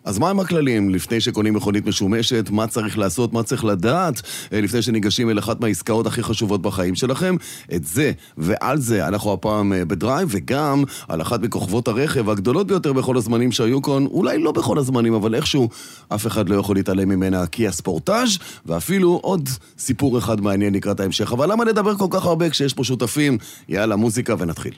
אז מה הם הכללים? לפני שקונים מכונית משומשת, מה צריך לעשות, מה צריך לדעת, לפני שניגשים אל אחת מהעסקאות הכי חשובות בחיים שלכם? את זה ועל זה אנחנו הפעם בדרייב, וגם על אחת מכוכבות הרכב הגדולות ביותר בכל הזמנים שהיו כאן, אולי לא בכל הזמנים, אבל איכשהו אף אחד לא יכול להתעלם ממנה, קיה ספורטאז', ואפילו עוד סיפור אחד מעניין לקראת ההמשך. אבל למה נדבר כל כך הרבה כשיש פה שותפים? יאללה, מוזיקה ונתחיל.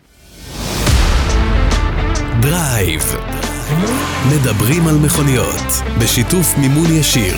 דרייב. מדברים על מכוניות, בשיתוף מימון ישיר.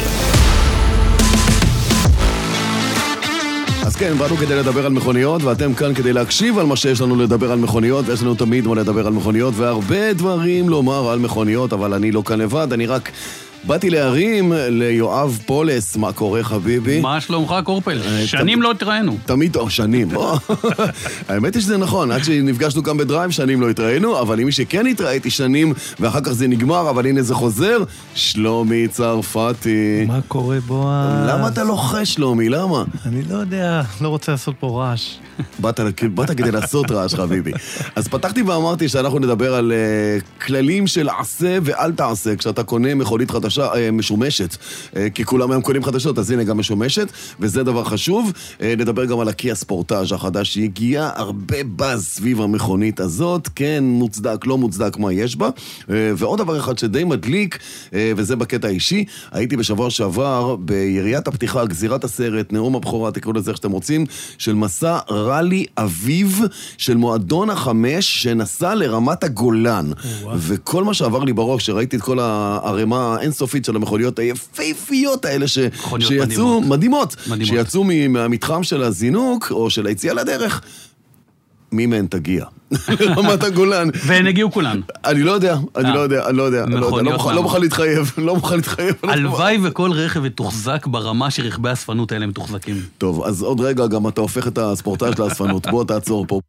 אז כן, באנו כדי לדבר על מכוניות, ואתם כאן כדי להקשיב על מה שיש לנו לדבר על מכוניות, ויש לנו תמיד מה לדבר על מכוניות, והרבה דברים לומר על מכוניות, אבל אני לא כאן לבד, אני רק באתי להרים ליואב פולס. מה קורה חביבי? מה שלומך קורפל? שנים לא התראינו. תמיד, שנים. האמת היא שזה נכון, עד שנפגשנו כאן בדרייב שנים לא התראינו, אבל עם מי שכן התראיתי שנים, ואחר כך זה נגמר, אבל הנה זה חוזר, שלומי צרפתי. מה קורה בועז? למה אתה לוחש שלומי? למה? אני לא יודע, לא רוצה לעשות פה רעש. באת כדי לעשות רעש חביבי. אז פתחתי ואמרתי שאנחנו נדבר על כללים של עשה ואל תעשה, כשאתה קונה מכונית חדשה, משומשת, כי כולם היום קונים חדשות, אז הנה גם משומשת, וזה דבר חשוב. נדבר גם על הקיה ספורטאז' החדש, שהגיע הרבה בז סביב המכונית הזאת, כן, מוצדק, לא מוצדק, מה יש בה. ועוד דבר אחד שדי מדליק, וזה בקטע האישי, הייתי בשבוע שעבר ביריית הפתיחה, גזירת הסרט, נאום הבכורה, תקראו לזה איך שאתם רוצים, של מסע רלי אביב של מועדון החמש שנסע לרמת הגולן. וכל מה שעבר לי בראש, שראיתי את כל הרמה אינסופית של המכוניות היפהפיות האלה שיצאו, מדהימות, שיצאו מהמתחם של הזינוק או של היציאה לדרך, מי מהן תגיע? רמת הגולן. והן הגיעו כולן. אני לא יודע. לא מוכן להתחייב. הלוואי וכל רכב תוחזק ברמה שרכבי הספנות האלה מתוחזקים. טוב, אז עוד רגע גם אתה הופך את הספורטאז' להספנות. בוא תעצור פה.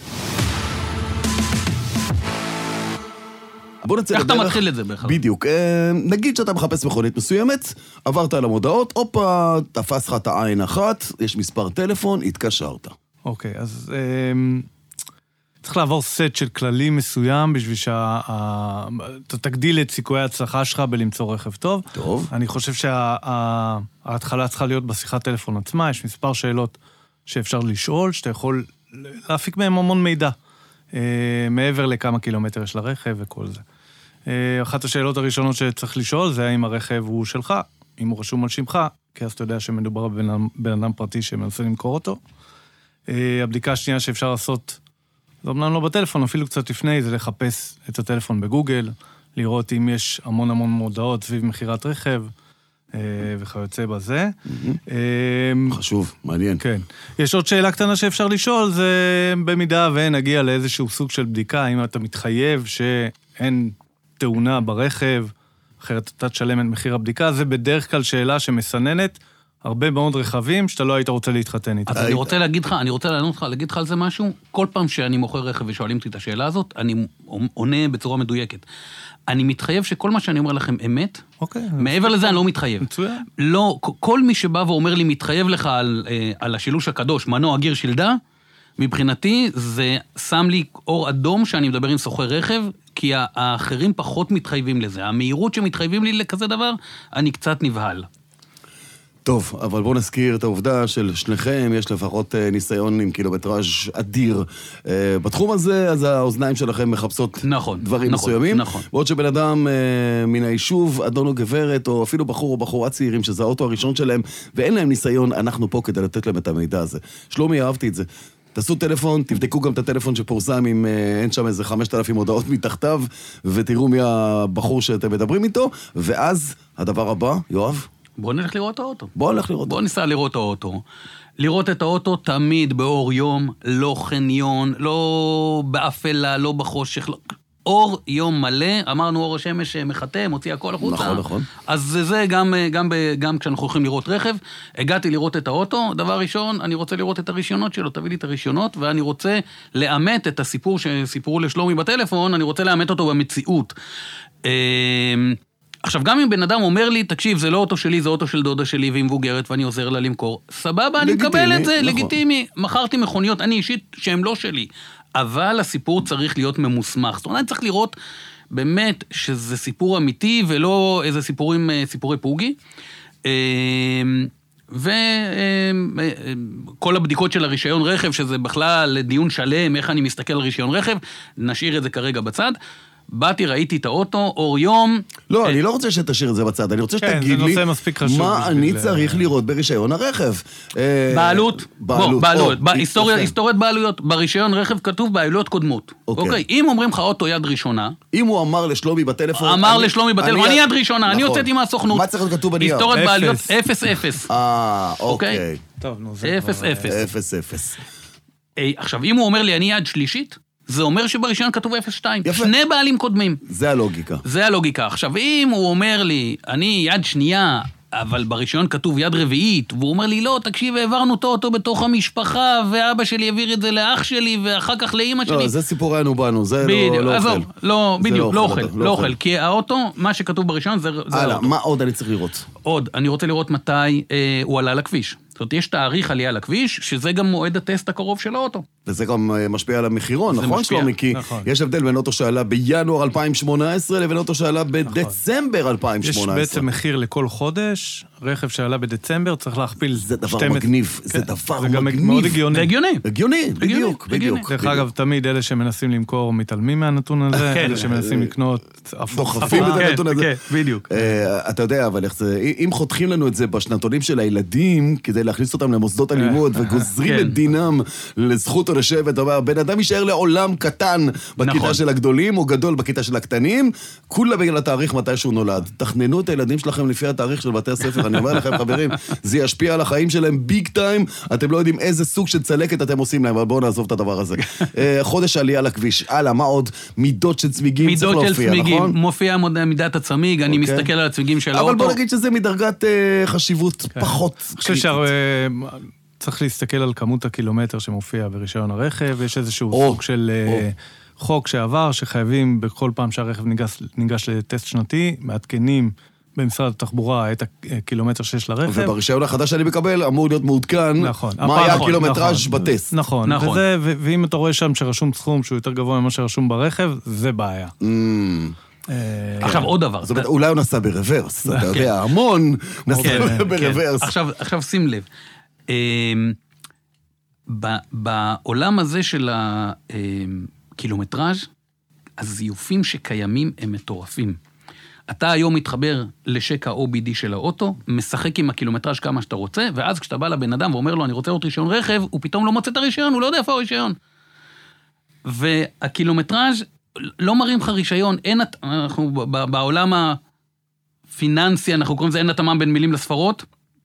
איך אתה מתחיל את זה בכלל? בדיוק. נגיד שאתה מחפש מכונית מסוימת, עברת על המודעות, אופה, תפס לך את העין אחת, יש מספר טלפון, התקשרת. אוקיי, אז צריך לעבור סט של כללים מסוים בשביל שאתה תגדיל את סיכויי ההצלחה שלך בלמצוא רכב טוב. טוב. אני חושב שההתחלה צריכה להיות בשיחת טלפון עצמה, יש מספר שאלות שאפשר לשאול, שאתה יכול להפיק מהם המון מידע. מעבר לכמה קילומטר יש לרכב וכל זה. אחת השאלות הראשונות שצריך לשאול זה האם הרכב הוא שלך, אם הוא רשום על שמך, כי אז אתה יודע שמדובר בבן אדם פרטי שמנסה למכור אותו. הבדיקה השנייה שאפשר לעשות, זה אומנם לא בטלפון, אפילו קצת לפני, זה לחפש את הטלפון בגוגל, לראות אם יש המון מודעות סביב מחירת רכב, וכיוצא בזה. חשוב, מעניין. כן. יש עוד שאלה קטנה שאפשר לשאול, זה במידה ונגיע לאיזשהו סוג של בדיקה, אם אתה מתחייב שאין תאונה ברכב, אחרת אתה תשלם את מחיר הבדיקה, זה בדרך כלל שאלה שמסננת הרבה מאוד רכבים שאתה לא היית רוצה להתחתן איתה. אז אני רוצה להגיד לך על זה משהו, כל פעם שאני מוכר רכב ושואלים אותי את השאלה הזאת, אני עונה בצורה מדויקת. אני מתחייב שכל מה שאני אומר לכם אמת, מעבר לזה אני לא מתחייב. לא, כל מי שבא ואומר לי מתחייב לך על השילוש הקדוש, מנוע גיר שלדה, מבחינתי זה שם לי אור אדום שאני מדבר עם סוחר רכב, כי האחרים פחות מתחייבים לזה. המהירות שמתחייבים לי לכזה דבר, אני קצת נבהל. טוב, אבל בואו נזכיר את העובדה של שניכם, יש לפחות ניסיון עם קילומטראז' אדיר בתחום הזה, אז האוזניים שלכם מחפשות דברים מסוימים. ועוד שבן אדם מן היישוב, אדון או גברת, או אפילו בחור או בחורה צעירים, שזה האוטו הראשון שלהם, ואין להם ניסיון, אנחנו פה כדי לתת להם את המידע הזה. שלומי, אהבתי את זה. תעשו טלפון, תבדקו גם את הטלפון שפורסם אם אין שם איזה 5,000 הודעות מתחתיו, ותראו מי הבחור שאתם מדברים איתו, ואז הדבר הבא, יואב? בוא נלך לראות את האוטו. בוא ניסע לראות את האוטו. לראות את האוטו תמיד באור יום, לא חניון, לא באפלה, לא בחושך, לא... אור יום מלא, אמרנו אור השמש מחטא, מוציא הכל החוצה. נכון. אז זה גם כשאנחנו הולכים לראות רכב, הגעתי לראות את האוטו, דבר ראשון, אני רוצה לראות את הרישיונות שלו, תביא לי את הרישיונות, ואני רוצה לאמת את הסיפור שסיפרו לשלומי בטלפון, אני רוצה לאמת אותו במציאות. עכשיו, גם אם בן אדם אומר לי, תקשיב, זה לא אוטו שלי, זה אוטו של דודה שלי, והיא מבוגרת, ואני עוזר לה למכור, סבבה, אני מקבל את זה, לגיטימי. מכרתי מכוניות, אני אישית, שהן לא שלי. אבל הסיפור צריך להיות ממוסמך. זאת אומרת, אני צריך לראות באמת שזה סיפור אמיתי ולא איזה סיפורי פוגי. וכל הבדיקות של הרישיון רכב, שזה בכלל דיון שלם, איך אני מסתכל על רישיון רכב, נשאיר את זה כרגע בצד. באתי, ראיתי את האוטו, אור יום. לא, אני לא רוצה שתשאיר את זה בצד, אני רוצה שתגיד לי מה אני צריך לראות ברישיון הרכב. בעלות. היסטוריית בעלויות. ברישיון רכב כתוב בעלויות קודמות. אוקיי, אם אומרים לך אוטו יד ראשונה. אם הוא אמר לשלומי בטלפון. אני יד ראשונה, אני יוצאתי מהסוכנות. מה צריך להיות כתוב בנייר? היסטוריית בעלויות 0-0. אוקיי. טוב, נו, זה כבר... 0-0. עכשיו, אם הוא אומר לי, אני יד שלישית, זה אומר שברישיון כתוב 0-2. שני בעלים קודמים. זה הלוגיקה. זה הלוגיקה. עכשיו, אם הוא אומר לי, אני יד שנייה, אבל ברישיון כתוב יד רביעית, והוא אומר לי, לא, תקשיב, העברנו אותו בתוך המשפחה, ואבא שלי העביר את זה לאח שלי, ואחר כך לאמא שלי. לא, זה סיפורנו בנו, זה לא אוכל. לא, בדיוק, לא אוכל. כי האוטו, מה שכתוב ברישיון, זה האוטו. מה עוד אני צריך לראות? עוד, אני רוצה לראות מתי הוא עלה לכביש. זאת אומרת, יש תאריך עלייה לכביש, שזה גם מועד הטסט הקרוב של האוטו. וזה גם משפיע על המחירון, נכון שלומי? כי יש הבדל בין אוטו שעלה בינואר 2018 לבין אוטו שעלה בדצמבר 2018. יש בעצם מחיר לכל חודש, רכב שעלה בדצמבר צריך להכפיל... זה דבר מגניב, זה דבר מגניב. זה גם מאוד הגיוני. הגיוני, בדיוק. דרך אגב, תמיד אלה שמנסים למכור מתעלמים מהנתון הזה, אלה שמנסים לקנות... דוחפים את הנתון הזה. כן, בדיוק. אתה יודע, אבל איך זה... אם חותכים לנו את זה בשנתונים של הילדים, כדי להכניס אותם למוסדות הלימוד, וגוזרים את דינם לזכות או לשבת, בן אדם יישאר לעולם קטן בכיתה של הגדולים, או גדול בכיתה של הקטנים, כולה בגלל התאריך מתי שהוא נולד. תכננו את הילדים שלכם לפי התאריך של בתי הספר, אני אומר לכם חברים, זה ישפיע על החיים שלהם ביג טיים, אתם לא יודעים איזה סוג של צלקת אתם עושים להם, אבל בואו נעזוב את הדבר הזה. חודש עלייה לכביש, הלאה, מה עוד? מידות של צמיגים צריך להופיע, נכון? מופיע מידת הצמיג, אני מסתכל על הצמיגים של האוטו. אבל בוא נגיד שזה מדרגת חשיבות פחות קריטית. צריך להסתכל על כמות הקילומטר שמופיע ברישיון הרכב, יש איזשהו סוג של חוק שעבר, שחייבים בכל פעם שהרכב ניגש לטסט שנתי, מעדכנים במשרד התחבורה את הקילומטר שיש לרכב. וברישיון החדש שאני מקבל אמור להיות מעודכן מה היה הקילומטראז' בטסט. נכון, ואם אתה רואה שם שרשום סכום שהוא יותר גבוה ממה שרשום ברכב, זה בעיה. עכשיו עוד דבר. זאת אומרת, אולי הוא נסע ברוורס, אתה יודע, המון נסע ברוורס. עכשיו שים לב. בעולם הזה של הקילומטראז', הזיופים שקיימים הם מטורפים. אתה היום מתחבר לשק ה-OBD של האוטו, משחק עם הקילומטראז' כמה שאתה רוצה, ואז כשאתה בא לבן אדם ואומר לו, אני רוצה עוד רישיון רכב, הוא פתאום לא מוצא את הרישיון, הוא לא יודע איפה הרישיון. והקילומטראז' לא מראים לך רישיון, אנחנו בעולם הפיננסי, אנחנו קוראים לזה אין התאמה בין מילים לספרות,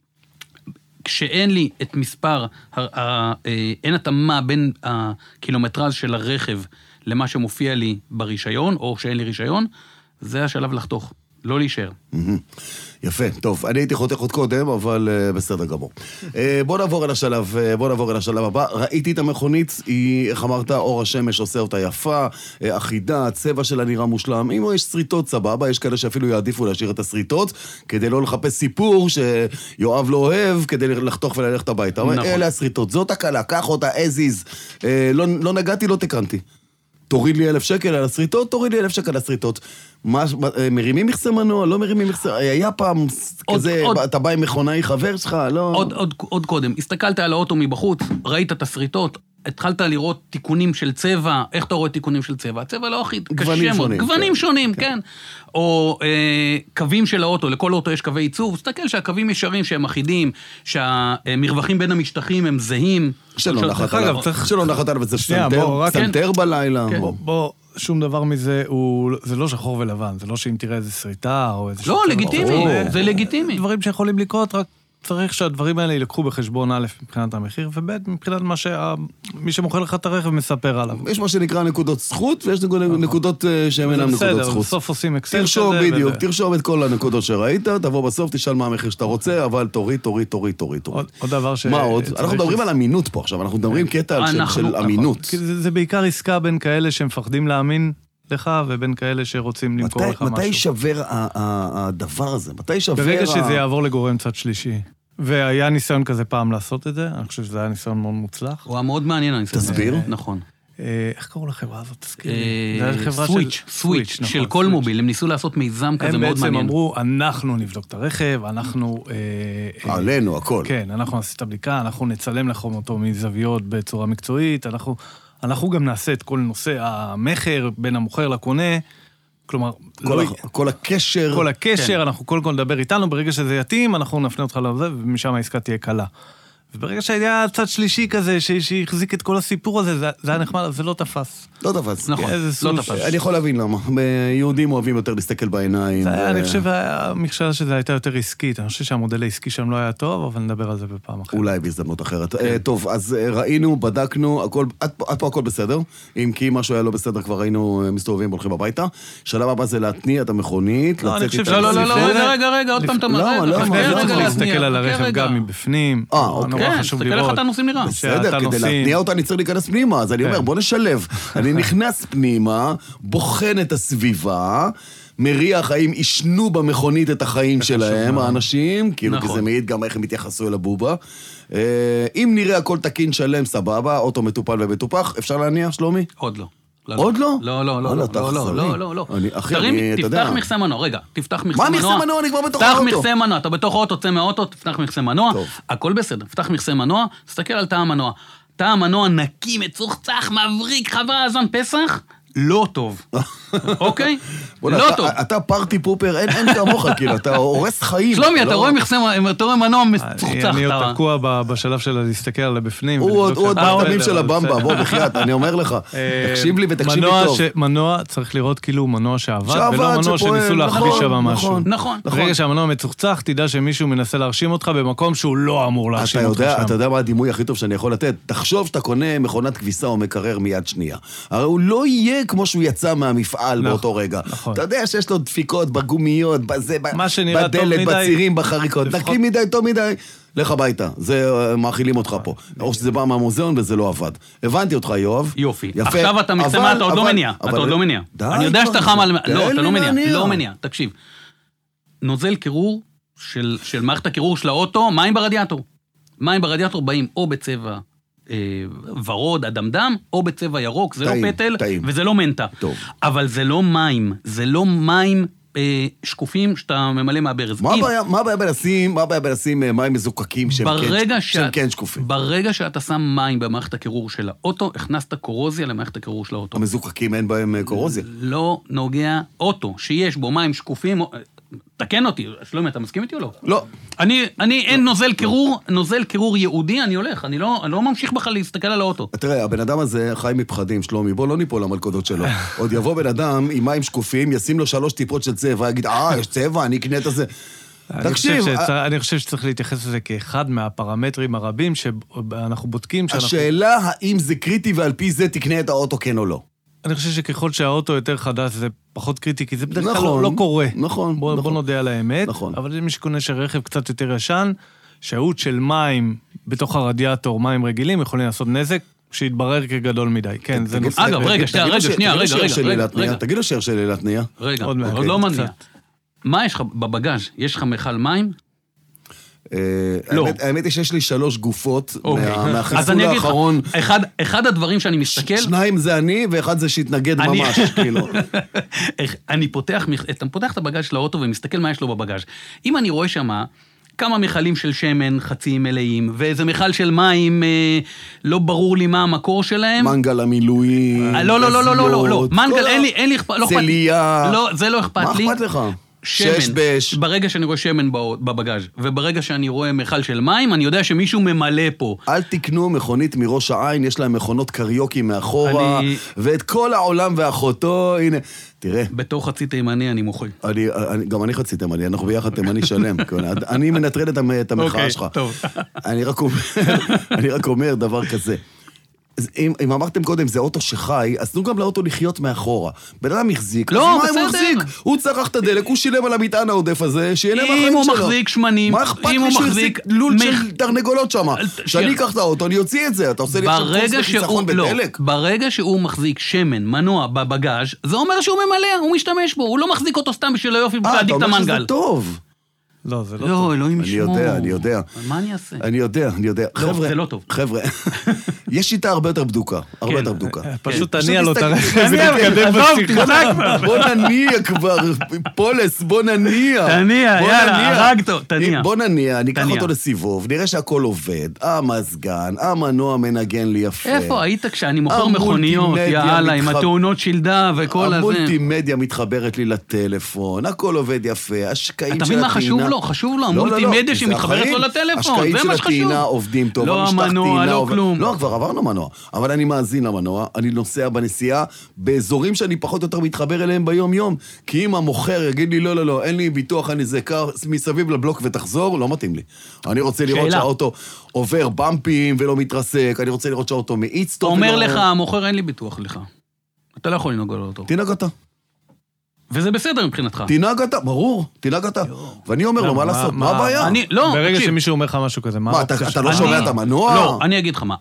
כשאין לי את מספר, אין התאמה בין הקילומטראז' של הרכב למה שמופיע לי ברישיון, או שאין לי רישיון, זה השלב לחתוך, לא להישאר. יפה, טוב, אני הייתי חותך עוד קודם, אבל בסדר גמור. בוא נעבור אל השלב הבא. ראיתי את המכונית, היא, איך אמרת, אור השמש עושה אותה יפה, אחידה, הצבע שלה נראה מושלם. אם יש שריטות סבבה, יש כאלה שאפילו יעדיפו להשאיר את השריטות, כדי לא לחפש סיפור שיואב לא אוהב, כדי לחתוך וללכת הביתה. אלה השריטות, זאת הקלה, קח אותה, as is. לא נגעתי, לא תקנתי. תוריד לי 1,000 שקל על הסריטות, תוריד לי 1,000 שקל על הסריטות. מרימים מכסה מנוע, לא מרימים מכסה, היה פעם כזה, אתה בא עם מכונאי חבר שלך, לא... עוד קודם, הסתכלת על האוטו מבחוץ, ראית את הסריטות, התחלת לראות תיקונים של צבע, איך אתה רואה תיקונים של צבע? הצבע לא אחיד, קשה מאוד, גוונים שונים, כן. או קווים של האוטו, לכל אוטו יש קווי עיצוב, תסתכל שהקווים ישרים שהם אחידים, שהמרווחים בין המשטחים הם זהים. שלא נחת עליו את זה סנטר בלילה. בוא, שום דבר מזה, זה לא שחור ולבן, זה לא שאם תראה איזה שריטה או איזה... לא, לגיטימי, זה לגיטימי. דברים שיכולים לקרות, רק צריך שהדברים האלה ילקחו בחשבון א' מבחינת המחיר, וב' מבחינת מי שמוכר לך את הרכב מספר עליו. יש מה שנקרא נקודות זכות, ויש נקודות שהן אינן נקודות זכות. בסוף עושים אקסל. תרשום את כל הנקודות שראית, תבוא בסוף, תשאל מה המחיר שאתה רוצה, אבל תוריד. עוד דבר מה עוד? אנחנו מדברים על אמינות פה עכשיו, אנחנו מדברים קטע של אמינות. זה בעיקר עסקה בין כאלה שמפחדים להאמין לך, ובין כאלה שרוצים למכור לך משהו. מתי שבר הדבר הזה? ברגע שזה יעבור לגורם צד שלישי. והיה ניסיון כזה פעם לעשות את זה, אני חושב שזה היה ניסיון מאוד מוצלח. הוא היה מאוד מעניין הניסיון. תסביר. נכון. איך קראו לחברה הזאת? סוויץ', של כל מוביל. הם ניסו לעשות מיזם כזה מאוד מעניין. הם בעצם אמרו, אנחנו נבדוק את הרכב, אנחנו... עלינו, הכל. כן, אנחנו נעשה את הבדיקה, אנחנו נצלם לכם אותו מזוויות בצורה מקצועית, אנחנו גם נעשה את כל נושא המחר בין המוכר לקונה, כלומר... כל הקשר. כל הקשר, אנחנו קודם כל נדבר איתנו, ברגע שזה יתאים, אנחנו נפנה אותך לזה, ומשם העסקה תהיה קלה. וברגע שהיה צד שלישי כזה, שהחזיק את כל הסיפור הזה, זה היה נחמד, זה לא תפס. לא תפס. נכון, לא תפס. אני יכול להבין למה. יהודים אוהבים יותר להסתכל בעיניים. אני חושב, המכשלה שזה הייתה יותר עסקית. אני חושב שהמודל העסקי שם לא היה טוב, אבל נדבר על זה בפעם אחרת. אולי בהזדמנות אחרת. טוב, אז ראינו, בדקנו, עד פה הכל בסדר. אם כי משהו היה לא בסדר, כבר היינו מסתובבים והולכים הביתה. שלב הבא זה להתניע את המכונית, לצאת איתה. רגע, עוד פעם אתה צריך להסתכל על הרכב גם מבפנים. כן, תסתכל איך אתה נוסעים נראה. בסדר, כדי להתניע אותה אני צריך להיכנס פנימה, אז אני אומר, בוא נשלב. אני נכנס פנימה, בוחן את הסביבה, מריח האם ישנו במכונית את החיים שלהם, האנשים, כאילו, כי זה מעיד גם איך הם התייחסו אל הבובה. אם נראה הכל תקין שלם, סבבה, אוטו מטופל ומטופח, אפשר להניע, שלומי? עוד לא. עוד לא? לא. תפתח מכסה מנוע, רגע, תפתח מכסה מנוע. מה מכסה מנוע? אני כבר בתוך האוטו. תפתח מכסה מנוע, אתה בתוך האוטו, צא מהאוטו, תפתח מכסה מנוע, הכל בסדר, תפתח מכסה מנוע, תסתכל על תא המנוע. תא המנוע נקי, מצוחצח, מבריק, חווה הזן פסח, לא טוב. אוקיי? לא טוב. אתה פארטי פופר, אין כמוך, כאילו, אתה הורס חיים. שלומי, אתה רואה מנוע מצוחצח. אני עוד תקוע בשלב של להסתכל על הבפנים. הוא עוד בחתמים של הבמבה, בוא בחייאת, אני אומר לך. תקשיב לי ותקשיב לי טוב. מנוע צריך לראות כאילו הוא מנוע שעבד, ולא מנוע שניסו להחליש שם משהו. נכון. ברגע שהמנוע מצוחצח, תדע שמישהו מנסה להרשים אותך במקום שהוא לא אמור להרשים אותך שם. אתה יודע מה הדימוי הכי טוב שאני יכול לתת? תחשוב שאתה קונה מכונת כביסה או מקרר מיד שנייה. הרי הוא לא יהיה כמו שהוא יצא מהמפעל באותו רגע. אתה יודע שיש לו דפיקות בגומיות, בדלת, בצירים, בחריקות. נקי מדי, טוב מדי. לך הביתה, זה מאכילים אותך פה. או שזה בא מהמוזיאון וזה לא עבד. הבנתי אותך, יואב. יופי. עכשיו אתה מסתמה, אתה עוד לא מניע. אתה עוד לא מניע. אני יודע שאתה חם על... לא, אתה לא מניע. לא מניע. תקשיב. נוזל קירור של מערכת הקירור של האוטו, מים ברדיאטור. מים ברדיאטור באים או בצבע ורוד, אדמדם, או בצבע ירוק, זה לא פטל, וזה לא מנטה. אבל זה לא מים, זה לא מים שקופים שאתה ממלא מהברז. מה הבעיה בלשים מים מזוקקים שהם כן שקופים? ברגע שאתה שם מים במערכת הקירור של האוטו, הכנסת קורוזיה למערכת הקירור של האוטו. המזוקקים אין בהם קורוזיה? לא נוגע אוטו שיש בו מים שקופים, תקן אותי, שלומי, אתה מסכים איתי או לא? לא. אני אין נוזל קירור ייעודי, אני הולך, אני לא ממשיך בכלל להסתכל על האוטו. תראה, הבן אדם הזה חי מפחדים, שלומי, בוא לא ניפול למלכודות שלו. עוד יבוא בן אדם עם מים שקופים, ישים לו 3 טיפות של צבע, יגיד, יש צבע, אני אקנה את הזה. תקשיב. אני חושב שצריך להתייחס לזה כאחד מהפרמטרים הרבים שאנחנו בודקים. השאלה האם זה קריטי ועל פי זה תקנה את האוטו כן או לא. אני חושב שככל שהאוטו יותר חדש זה פחות קריטי, כי זה בדרך כלל לא קורה. נכון. בוא נודה על האמת. נכון. אבל מי שקונה שרכב קצת יותר ישן, שהות של מים בתוך הרדיאטור, מים רגילים, יכולים לעשות נזק, שיתברר כגדול מדי. כן, זה נושא. אגב, שנייה. תגיד לו שיר שלי להתניע. רגע, עוד לא מניע. מה יש לך בבגז'? יש לך מכל מים? האמת היא שיש לי 3 גופות מהחיסול האחרון. אחד הדברים שאני מסתכל... 2 זה אני, ואחד זה שהתנגד ממש, כאילו. אני פותח את הבגז' של האוטו ומסתכל מה יש לו בבגז'. אם אני רואה שמה כמה מכלים של שמן חצי מלאים, ואיזה מכל של מים, לא ברור לי מה המקור שלהם. מנגל המילואי. לא. מנגל, אין לי אכפת. צליה. לא, זה לא אכפת לי. מה אכפת לך? שמן, ברגע שאני רואה שמן בבגז' וברגע שאני רואה מכל של מים, אני יודע שמישהו ממלא פה. אל תקנו מכונית מראש העין, יש להם מכונות קריוקי מאחורה, ואת כל העולם ואחותו, הנה, תראה. בתור חצי תימני אני מוחה. גם אני חצי תימני, אנחנו ביחד תימני שלם. אני מנטרד את המחאה שלך. אני רק אומר דבר כזה. אם אמרתם קודם, זה אוטו שחי, אז תנו גם לאוטו לחיות מאחורה. בן אדם מחזיק, לא, אז מה הוא מחזיק? הוא צרך את הדלק, הוא שילם על המטען העודף הזה, שיהיה להם החיים שלו. אם הוא מחזיק שמנים, מה אכפת לי שיחזיק לול של תרנגולות שם? שאני אקח את האוטו, אני אוציא את זה, אתה עושה לי עכשיו קורס בחיסכון בדלק? ברגע שהוא מחזיק שמן, מנוע בבגז', זה אומר שהוא ממלא, הוא משתמש בו, הוא לא מחזיק אותו סתם בשביל היופי, להדיק את המנגל. אתה אומר שזה טוב. לא, זה לא טוב. אלוהים ישמור. אני יודע. מה אני אעשה? אני יודע. לא, זה לא טוב. חבר'ה, יש שיטה הרבה יותר בדוקה, הרבה יותר בדוקה. פשוט תניע לו את הרכב, זה מתקדם בשיחה. בוא נניע כבר, פולס, בוא נניע. תניע, יאללה, הרגתו, תניע. בוא נניע, ניקח אותו לסיבוב, נראה שהכל עובד, המזגן, המנוע מנגן לי יפה. איפה היית כשאני מוכר מכוניות, יאללה, עם התאונות שלדה וכל הזה? המולטימדיה מתחברת לי לטלפון, הכל עובד יפה, השקעים של הטעינה... אתה מבין מה חשוב לו? חשוב לו, המולטימדיה שמתחברת לו לטלפון, זה מה שחשוב. השקעים של הטעינה עובדים טוב, לא המנוע, לא כלום. לא, כבר עברנו מנוע, אבל אני מאזין למנוע, אני נוסע בנסיעה באזורים שאני פחות או יותר מתחבר אליהם ביום יום, כי אם המוכר יגיד לי, לא, אין לי ביטוח, אני זכר מסביב לבלוק ותחזור, לא מתאים לי. אני רוצה לראות שהאוטו עובר במפים ולא מתרסק, אני רוצה לראות שהאוטו מאיץ טוב. אומר לך, המוכר אין לי ביטוח לך. אתה לא יכול לנהוג על האוטו. תנהג אתה. וזה בסדר מבחינתך. תנהג אתה, ברור, תנהג אתה. ואני אומר לו, מה לעשות? מה הבעיה? ברגע שמישהו אומר לך משהו כזה, מה? אתה לא שומע את המנוע? לא, אני אגיד לך מה.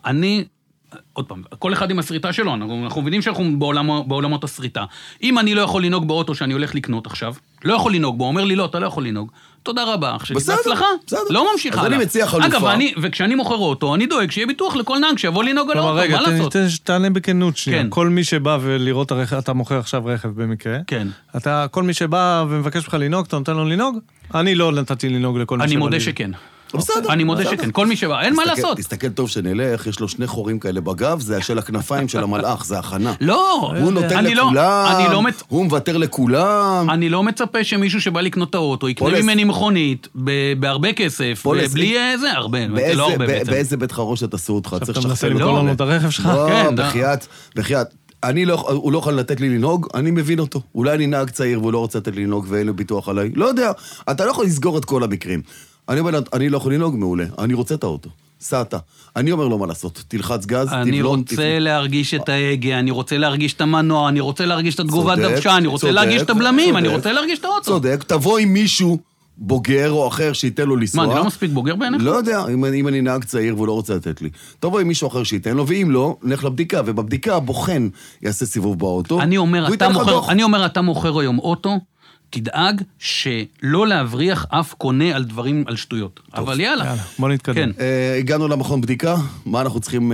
עוד פעם, כל אחד עם הסריטה שלו, אנחנו מבינים שאנחנו בעולמות הסריטה. אם אני לא יכול לנהוג באוטו שאני הולך לקנות עכשיו, לא יכול לנהוג בו, אומר לי לא, אתה לא יכול לנהוג. תודה רבה, אח שלי, בהצלחה. לא ממשיך הלאה. אז אני מציע חלופה. אגב, וכשאני מוכר אוטו, אני דואג שיהיה ביטוח לכל נהג שיבוא לנהוג על האוטו, מה לעשות? רגע, תענה בכנות שנייה. כל מי שבא ולראות הרכב, אתה מוכר עכשיו רכב במקרה. כן. כל מי שבא ומבקש לך לנהוג, אתה נותן לו לנהוג? אני לא נתתי לנהוג לכל מי שבא. אני מודה שכן. אני מודה שכן, כל מי שבא, אין מה לעשות. תסתכל טוב שנלך, יש לו 2 חורים כאלה בגב, זה של הכנפיים של המלאך, זה הכנה. לא, הוא נותן לכולם, הוא מוותר לכולם. אני לא מצפה שמישהו שבא לקנות את האוטו, יקנה ממני מכונית, בהרבה כסף, ובלי זה, הרבה, לא הרבה בעצם. באיזה בית חרושת עשו אותך? עכשיו אתה מנסה למכור לנו את הרכב שלך? לא, בחייאת. הוא לא יכול לתת לי לנהוג, אני מבין אותו. אולי אני נהג צעיר והוא לא רוצה לתת לי לנהוג ואין לו ביטוח עליי. לא יודע, אתה לא יכול לסגור את כל המקרים. אני אומר, אני לא יכול לנהוג מעולה, אני רוצה את האוטו. סעתה. אני אומר לו מה לעשות, תלחץ גז, תבלון. אני רוצה להרגיש את ההגה, אני רוצה להרגיש את המנוע, אני רוצה להרגיש את התגובת דוושה, אני רוצה להרגיש את הבלמים, אני רוצה להרגיש את האוטו. צודק, תבוא עם מישהו בוגר או אחר שייתן לו לנסוע. מה, אני לא מספיק בוגר בעיניך? לא יודע, אם אני נהג צעיר והוא לא רוצה לתת לי. תבוא עם מישהו אחר שייתן לו, ואם לא, נלך לבדיקה, ובבדיקה הבוחן יעשה סיבוב באוטו. אני אומר, אתה מוכר היום אוטו, תדאג שלא להבריח אף קונה על דברים, על שטויות. אבל יאללה. בוא נתקדם. הגענו למכון בדיקה, מה אנחנו צריכים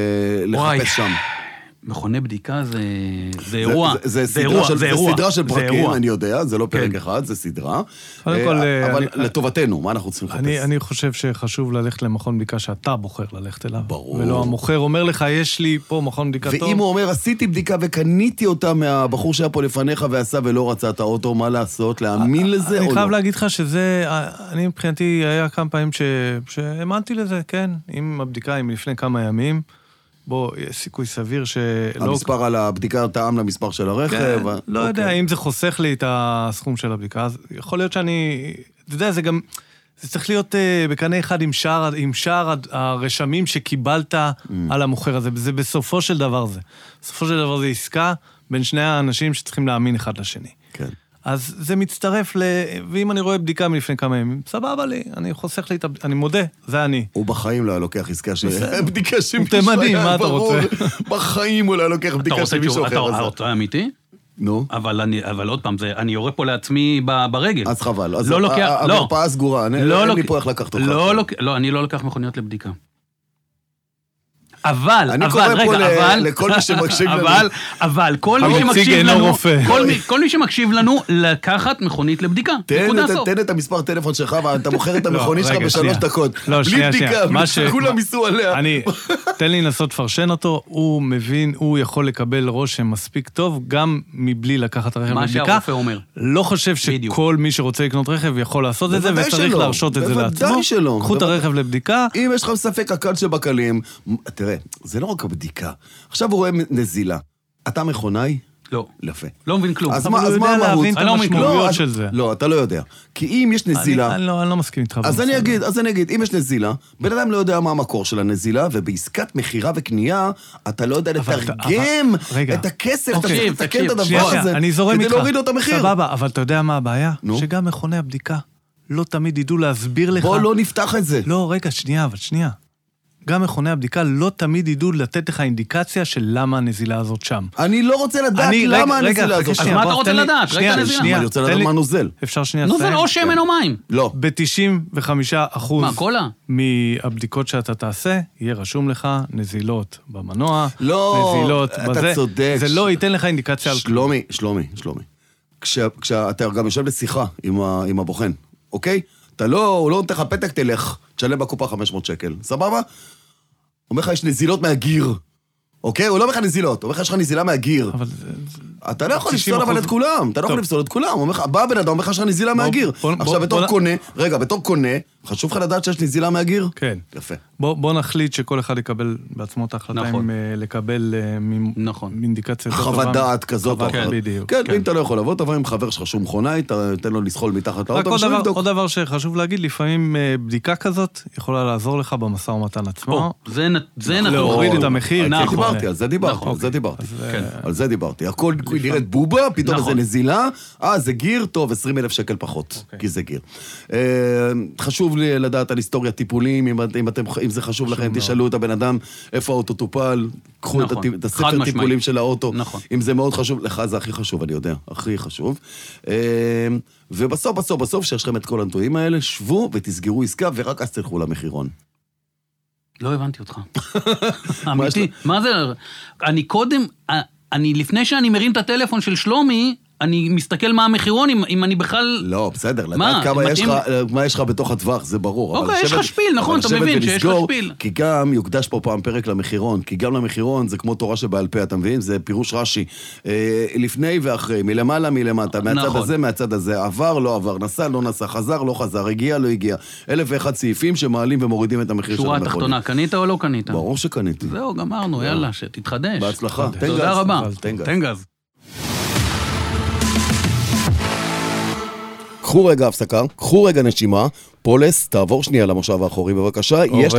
לחפש שם? מכוני בדיקה זה אירוע. זה סדרה של פרקים, אני יודע, זה לא פרק אחד, זה סדרה. אבל לטובתנו, מה אנחנו צריכים לחפש? אני חושב שחשוב ללכת למכון בדיקה שאתה בוחר ללכת אליו. ברור. ולא המוכר אומר לך, יש לי פה מכון בדיקה טוב. ואם הוא אומר, עשיתי בדיקה וקניתי אותה מהבחור שהיה פה לפניך ועשה ולא רצה את האוטו, מה לעשות? להאמין לזה או לא? אני חייב להגיד לך שזה, אני מבחינתי היה כמה פעמים שהאמנתי לזה, כן. אם הבדיקה היא מלפני כמה ימים, בוא, יש סיכוי סביר שלא... המספר על הבדיקה טעם למספר של הרכב. כן, לא יודע, אם זה חוסך לי את הסכום של הבדיקה, אז יכול להיות שאני... אתה יודע, זה גם... זה צריך להיות בקנה אחד עם שאר הרשמים שקיבלת על המוכר הזה. זה בסופו של דבר זה. בסופו של דבר זה עסקה בין שני האנשים שצריכים להאמין אחד לשני. כן. אז זה מצטרף ואם אני רואה בדיקה מלפני כמה ימים, סבבה לי, אני חוסך לי אני מודה, זה אני. הוא בחיים לא היה לוקח עסקה בדיקה שמישהו תימני, מה אתה רוצה? בחיים הוא לא היה לוקח בדיקה שמישהו אחר. אתה רוצה אמיתי? נו. אבל עוד פעם, אני יורה פה לעצמי ברגל. אז חבל. לא לוקח, לא. המרפאה סגורה, אין לי פה איך לקחת אותך. לא, אני לא לוקח מכוניות לבדיקה. אבל, כל מי שמקשיב לנו, לקחת מכונית לבדיקה. תן את המספר טלפון שלך, ואתה מוכר את המכונית שלך ב3 דקות. בלי בדיקה, כולם ייסעו עליה. תן לי לנסות לפרשן אותו, הוא מבין, הוא יכול לקבל רושם מספיק טוב, גם מבלי לקחת הרכב לבדיקה. מה שהרופא אומר. לא חושב שכל מי שרוצה לקנות רכב יכול לעשות את זה, וצריך להרשות את זה לעצמו. קחו את הרכב לבדיקה. אם יש לך ספק הקל שבקלים, תראה, זה לא רק הבדיקה. עכשיו הוא רואה נזילה. אתה מכונאי? לא. יפה. לא מבין כלום. אז מה המהות? אני יודע להבין את המשמעויות של זה. לא, אתה לא יודע. כי אם יש נזילה... אני לא מסכים איתך. אז אני אגיד, אם יש נזילה, בן אדם לא יודע מה המקור של הנזילה, ובעסקת מחירה וקנייה, אתה לא יודע לתרגם את הכסף, תתקן את הדבר הזה, כדי להוריד לו את המחיר. סבבה, אבל אתה יודע מה הבעיה? שגם מכוני הבדיקה לא תמיד ידעו להסביר לך... בוא לא נפתח את זה. לא, רגע, שנייה. גם מכוני הבדיקה לא תמיד ידעו לתת לך אינדיקציה של למה הנזילה הזאת שם. אני לא רוצה לדעת למה הנזילה הזאת שם. אז מה אתה רוצה לדעת? שנייה, אני רוצה לדעת מה נוזל. אפשר שנייה נוזל או שמן או מים. לא. ב-95% מהבדיקות שאתה תעשה, יהיה רשום לך נזילות במנוע, נזילות בזה. אתה צודק. זה לא ייתן לך אינדיקציה על כלום. שלומי. כשאתה גם יושב לשיחה עם הבוחן, אוקיי? הוא לא נותן לך פתק, תלך, תשלם בקופה 500 שקל, סבבה? אומר לך, יש נזילות מהגיר, אוקיי? הוא לא אומר לך נזילות, הוא אומר לך, יש לך נזילה מהגיר. אתה לא יכול לפסול אבל את כולם, אתה לא יכול לפסול את כולם. בא בן אדם, אומר לך, יש לך נזילה מהגיר. עכשיו, בתור קונה, חשוב לך לדעת שיש נזילה מהגיר? כן. יפה. בוא נחליט שכל אחד יקבל בעצמו את ההחלטה אם לקבל אינדיקציה. חוות דעת כזאת. בדיוק. כן, ואם אתה לא יכול לבוא, תבוא עם חבר שלך שום מכונה, תן לו לסחול מתחת לאוטו ושום לבדוק. עוד דבר שחשוב להגיד, לפעמים בדיקה כזאת יכולה לעזור לך במשא ומתן עצמו. זה נתון. להוריד את המחיר. על זה דיברתי. הכל נראית בובה, פתאום איזה נזילה, זה גיר, טוב, 20,000 שקל פחות, כי זה גיר. חשוב לי לדעת על היסטוריה טיפולים, אם זה חשוב לכם, תשאלו את הבן אדם איפה האוטו טופל, קחו את הספר טיפולים של האוטו, אם זה מאוד חשוב, לך זה הכי חשוב, אני יודע, הכי חשוב. ובסוף, שיש לכם את כל הנתונים האלה, שבו ותסגרו עסקה, ורק אז תלכו למחירון. לא הבנתי אותך. אמיתי, מה זה? לפני שאני מרים את הטלפון של שלומי, אני מסתכל מה המחירון, אם אני בכלל... לא, בסדר, לדעת מה יש לך בתוך הטווח, זה ברור. אוקיי, יש לך שפיל, נכון, אתה מבין שיש לך שפיל. כי גם יוקדש פה פעם פרק למחירון, כי גם למחירון זה כמו תורה שבעל פה, אתה מבין? זה פירוש רש"י. לפני ואחרי, מלמעלה, מלמטה, מהצד הזה, מהצד הזה, עבר, לא עבר, נסע, לא נסע, חזר, לא חזר, הגיע, לא הגיע. 1,001 סעיפים שמעלים ומורידים את המחיר של המכונית. שורה תחתונה, קנית או לא קנית? ברור שקניתי. זהו, גמרנו, יאללה, שתתחדש. בהצלחה. תודה רבה. תן גז. קחו רגע הפסקה, קחו רגע נשימה, פולס, תעבור שנייה למושב האחורי בבקשה.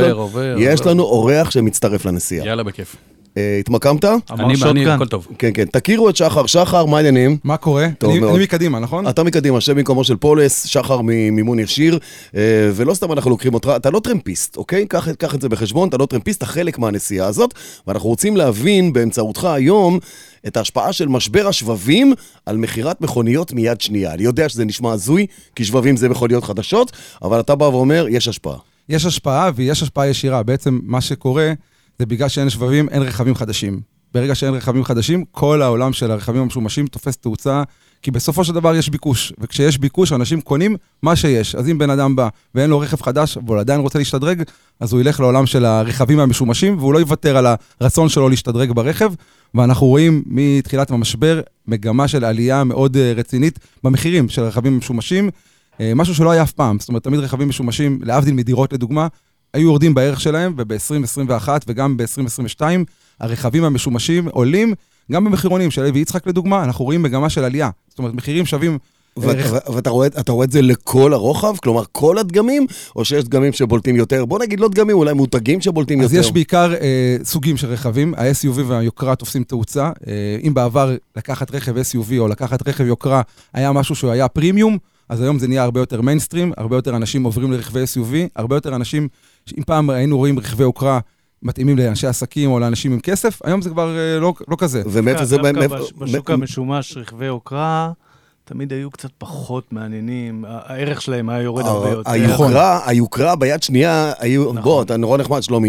יש לנו אורח שמצטרף לנסיעה. יאללה, בכיף. התמקמת? אני, הכל טוב. כן, כן. תכירו את שחר. שחר, מה העניינים? מה קורה? אני מקדימה, נכון? אתה מקדימה, שם במקומו של פולס, שחר ממימון ישיר, ולא סתם אנחנו לוקחים אותך, אתה לא טרמפיסט, אוקיי? קח את זה בחשבון, אתה לא טרמפיסט, אתה חלק מהנסיעה הזאת, ואנחנו רוצים להבין באמצעותך היום את ההשפעה של משבר השבבים על מחירת מכוניות מיד שנייה. אני יודע שזה נשמע הזוי, כי שבבים זה מכוניות חדשות, אבל אתה בא ואומר, יש השפעה. יש השפעה, ויש השפעה ישירה. בעצם מה שקורה זה בגלל שאין שבבים, אין רכבים חדשים. ברגע שאין רכבים חדשים, כל העולם של הרכבים המשומשים תופס תאוצה, כי בסופו של דבר יש ביקוש, וכשיש ביקוש, אנשים קונים מה שיש. אז אם בן אדם בא ואין לו רכב חדש, והוא עדיין רוצה להשתדרג, אז הוא ילך לעולם של הרכבים המשומשים, והוא לא יוותר על הרצון שלו להשתדרג ברכב, ואנחנו רואים מתחילת המשבר מגמה של עלייה מאוד רצינית במחירים של הרכבים המשומשים, משהו שלא היה אף פעם. זאת אומרת, תמיד רכבים משומשים, להבדיל מדירות לדוגמה, היו יורדים בערך שלהם, וב-2021 וגם ב-2022, הרכבים המשומשים עולים, גם במחירונים של לוי יצחק לדוגמה, אנחנו רואים מגמה של עלייה. זאת אומרת, מחירים שווים... ואתה רואה את זה לכל הרוחב? כלומר, כל הדגמים? או שיש דגמים שבולטים יותר? בוא נגיד לא דגמים, אולי מותגים שבולטים יותר. אז יש בעיקר סוגים של רכבים. ה-SUV והיוקרה תופסים תאוצה. אם בעבר לקחת רכב SUV או לקחת רכב יוקרה היה משהו שהוא היה פרימיום, אז היום זה נהיה הרבה יותר מיינסטרים, הרבה יותר אנשים עוברים לרכבי SUV, הרבה יותר אנשים, אם פעם היינו רואים רכבי יוקרה מתאימים לאנשי עסקים או לאנשים עם כסף, היום זה כבר לא כזה. ומאיפה זה... בשוק המשומש רכבי יוקרה... תמיד היו קצת פחות מעניינים, הערך שלהם היה יורד הרבה יותר. היוקרה ביד שנייה, בוא, אתה נורא נחמד שלומי,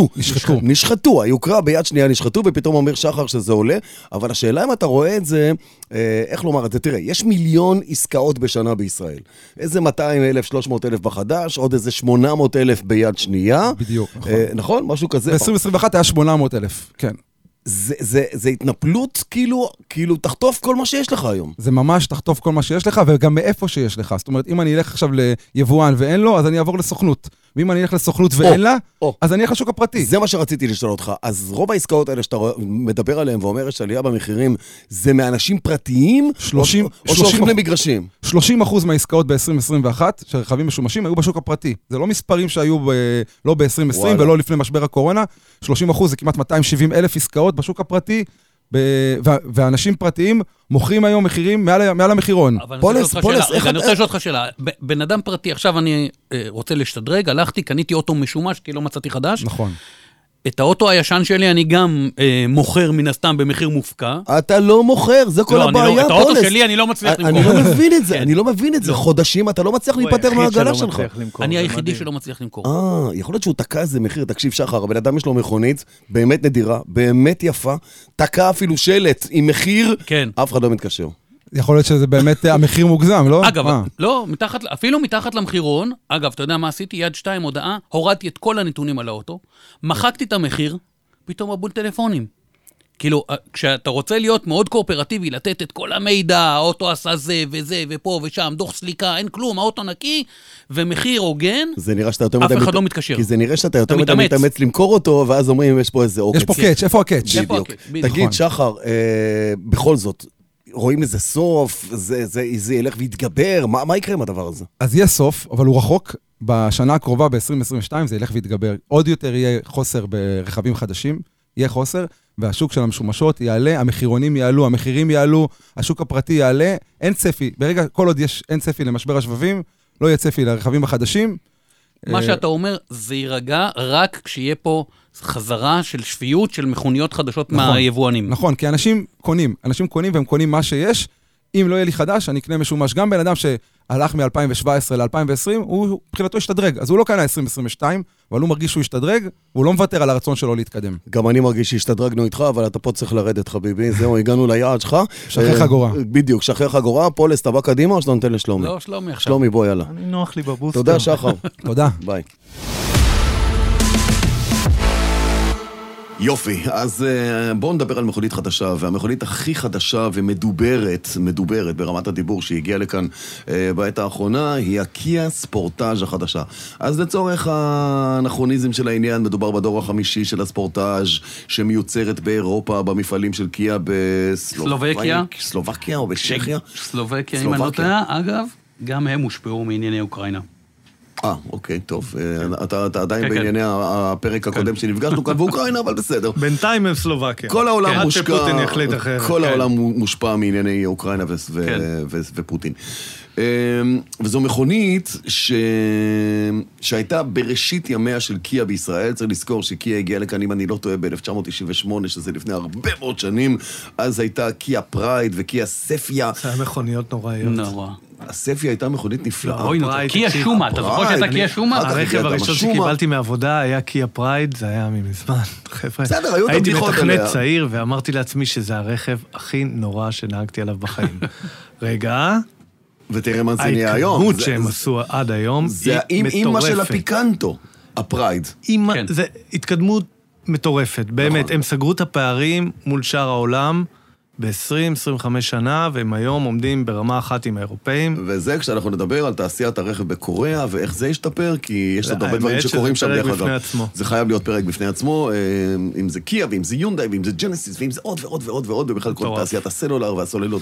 נשחטו, היוקרה ביד שנייה נשחטו, ופתאום אומר שחר שזה עולה, אבל השאלה אם אתה רואה את זה, איך לומר את זה, תראה, יש 1,000,000 עסקאות בשנה בישראל, איזה 200,000, 300,000 בחדש, עוד איזה 800,000 ביד שנייה. בדיוק, נכון. נכון? משהו כזה. ב-2021 היה 800,000, כן. זה התנפלות, כאילו תחטוף כל מה שיש לך היום. זה ממש תחטוף כל מה שיש לך, וגם מאיפה שיש לך. זאת אומרת, אם אני אלך עכשיו ליבואן ואין לו, אז אני אעבור לסוכנות. ואם אני אלך לסוכנות ואין לה, אז אני אלך לשוק הפרטי. זה מה שרציתי לשאול אותך. אז רוב העסקאות האלה שאתה מדבר עליהן ואומר יש עלייה במחירים, זה מאנשים פרטיים? 30 או שהולכים למגרשים? 30% מהעסקאות ב-2021, שרכבים משומשים, היו בשוק הפרטי. זה לא מספרים שהיו לא ב-2020 ולא לפני משבר הקורונה. 30% זה כמעט 270,000 עסקאות בשוק הפרטי, ואנשים פרטיים מוכרים היום מחירים מעל המחירון. פולס, אני רוצה לשאול אותך שאלה. בן אדם פרטי, עכשיו אני רוצה להשתדרג, הלכתי, קניתי אוטו משומש, כי לא מצאתי חדש. נכון. את האוטו הישן שלי אני גם מוכר מן הסתם במחיר מופקע. אתה לא מוכר, זה כל הבעיה, פולס. את האוטו שלי אני לא מצליח למכור. אני לא מבין את זה, אני לא מבין את זה. חודשים אתה לא מצליח להיפטר מהעגלה שלך. אני היחידי שלא מצליח למכור. יכול להיות שהוא תקע איזה מחיר, תקשיב שחר, הבן אדם יש לו מכונית, באמת נדירה, באמת יפה, תקע אפילו שלט עם מחיר, אף אחד לא מתקשר. יכול להיות שזה באמת המחיר מוגזם, לא? אגב, לא, אפילו מתחת למחירון, אגב, אתה יודע מה עשיתי? יד 2 הודעה, הורדתי את כל הנתונים על האוטו, מחקתי את המחיר, פתאום מבול טלפונים. כאילו, כשאתה רוצה להיות מאוד קואופרטיבי, לתת את כל המידע, האוטו עשה זה וזה ופה ושם, דוח סליקה, אין כלום, האוטו נקי, ומחיר הוגן, אף אחד לא מתקשר. כי זה נראה שאתה יותר מתאמץ למכור אותו, ואז אומרים, יש פה איזה עוקץ. יש פה קאץ', איפה הקאץ'? תגיד, שחר, בכל זאת, רואים לזה סוף, זה ילך ויתגבר, מה יקרה עם הדבר הזה? אז יהיה סוף, אבל הוא רחוק. בשנה הקרובה, ב-2022, זה ילך ויתגבר. עוד יותר יהיה חוסר ברכבים חדשים, יהיה חוסר, והשוק של המשומשות יעלה, המחירונים יעלו, המחירים יעלו, השוק הפרטי יעלה, אין צפי. ברגע, כל עוד אין צפי למשבר השבבים, לא יהיה צפי לרכבים החדשים. מה שאתה אומר, זה יירגע רק כשיהיה פה חזרה של שפיות של מכוניות חדשות מהיבואנים. נכון, כי אנשים קונים והם קונים מה שיש. אם לא יהיה לי חדש, אני אקנה משומש. גם בן אדם שהלך מ-2017 ל-2020, הוא מבחינתו השתדרג. אז הוא לא קנה 2022, אבל הוא מרגיש שהוא השתדרג, והוא לא מוותר על הרצון שלו להתקדם. גם אני מרגיש שהשתדרגנו איתך, אבל אתה פה צריך לרדת, חביבי. זהו, הגענו ליעד שלך. שחרר חגורה. בדיוק, שחרר חגורה. פולס, אתה בא קדימה או שאתה נותן לשלומי? לא, שלומי עכשיו. שלומי, בוא, יאללה. אני נוח לי בבוסטר. תודה, שחר. תודה. ביי. יופי, אז בואו נדבר על מכונית חדשה, והמכונית הכי חדשה ומדוברת ברמת הדיבור שהגיעה לכאן בעת האחרונה, היא הקיה ספורטאז' החדשה. אז לצורך האנכרוניזם של העניין, מדובר בדור החמישי של הספורטאז' שמיוצרת באירופה, במפעלים של קיה בסלובקיה. סלובקיה או בצ'כיה? סלובקיה, אם אני לא טועה, אגב, גם הם הושפעו מענייני אוקראינה. אוקיי, טוב. אתה עדיין בענייני הפרק הקודם שנפגשנו כאן באוקראינה, אבל בסדר. בינתיים הם סלובקיה. כל העולם מושפע מענייני אוקראינה ופוטין. וזו מכונית שהייתה בראשית ימיה של קיה בישראל. צריך לזכור שקיה הגיעה לכאן, אם אני לא טועה, ב-1998, שזה לפני הרבה מאוד שנים. אז הייתה קיה פרייד וקיה ספיה. זה היה מכוניות נוראיות. נורא. הספיה הייתה מכונית נפלאה. קיה שומה, אתה זוכר שהייתה קיה שומה? הרכב הראשון שקיבלתי מעבודה היה קיה פרייד, זה היה ממזמן. בסדר, היו את הייתי הבדיחות מתכנת עליה. צעיר ואמרתי לעצמי שזה הרכב הכי נורא שנהגתי עליו בחיים. רגע, ותראה מה זה נהיה היום. ההתקדמות שהם עשו עד היום זה האמא של הפיקנטו, הפרייד. זה התקדמות מטורפת, באמת. הם סגרו את הפערים מול שאר העולם ב-20-25 שנה, והם היום עומדים ברמה אחת עם האירופאים. וזה כשאנחנו נדבר על תעשיית הרכב בקוריאה, ואיך זה ישתפר, כי יש עוד הרבה דברים שקורים שם דרך אגב. זה חייב להיות פרק בפני עצמו, אם זה קיה, ואם זה יונדאי, ואם זה ג'נסיס, ואם זה עוד ועוד ועוד ועוד, ובכלל כל תעשיית הסלולר והסוללות.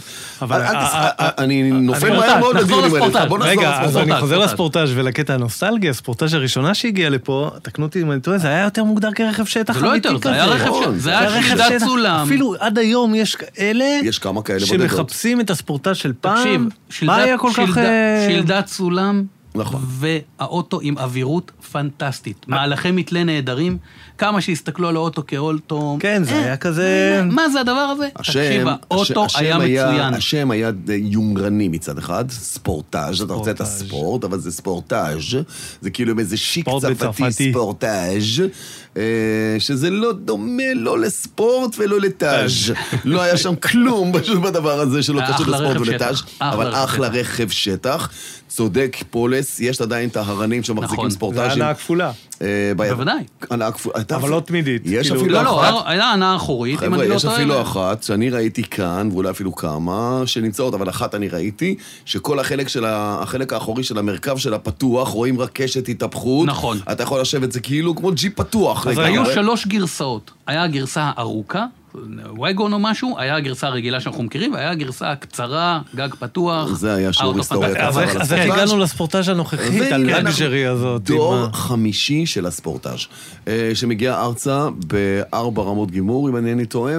אני נופל מהר מאוד לדיונים האלה. בוא נחזור רגע, אז אני חוזר לספורטאז' ולקטע הנוסטלגי. הספורטאז' הראשונה שהגיעה לפה, תקנו אותי אם אני טועה, זה היה יותר מוגדר כרכב שטח אמיתי כזה. זה היה שלדת סולם. אפילו עד היום יש כמה כאלה בודדות. שמחפשים את הספורטאז' של פעם. מה היה כל כך... שלדת סולם, נכון. והאוטו עם אווירות פנטסטית. מהלכי מתלה נהדרים, כמה שהסתכלו על האוטו כאוטו... כן, זה היה כזה... מה זה הדבר הזה? תקשיב, האוטו היה מצוין. השם היה יומרני מצד אחד, ספורטאז', אתה רוצה את הספורט, אבל זה ספורטאז', זה כאילו איזה שיק צרפתי ספורטאז', שזה לא דומה לא לספורט ולא לטאז'. לא היה שם כלום בדבר הזה שלא קשור לספורט ולטאז', אבל אחלה רכב שטח. צודק פולס, יש עדיין את ההרנים שמחזיקים ספורטאז'ים. זה הנעה כפולה. בוודאי. אבל לא תמידית. יש אפילו אחת. לא, הייתה הנעה אחורית. חבר'ה, יש אפילו אחת שאני ראיתי כאן, ואולי אפילו כמה שנמצאות, אבל אחת אני ראיתי, שכל החלק האחורי של המרכב של הפתוח, רואים רק קשת התהפכות. נכון. אתה יכול לשבת, זה כאילו כמו ג'יפ פתוח. אז היו 3 גרסאות. היה הגרסה הארוכה, וייגון או משהו, היה הגרסה הרגילה שאנחנו מכירים, והיה הגרסה הקצרה, גג פתוח. זה היה שיעור היסטוריה. אז איך הגענו לספורטאז' הנוכחית, הלגז'רי הזאת? דור חמישי של הספורטאז' שמגיע ארצה ב4 רמות גימור, אם אינני טועה,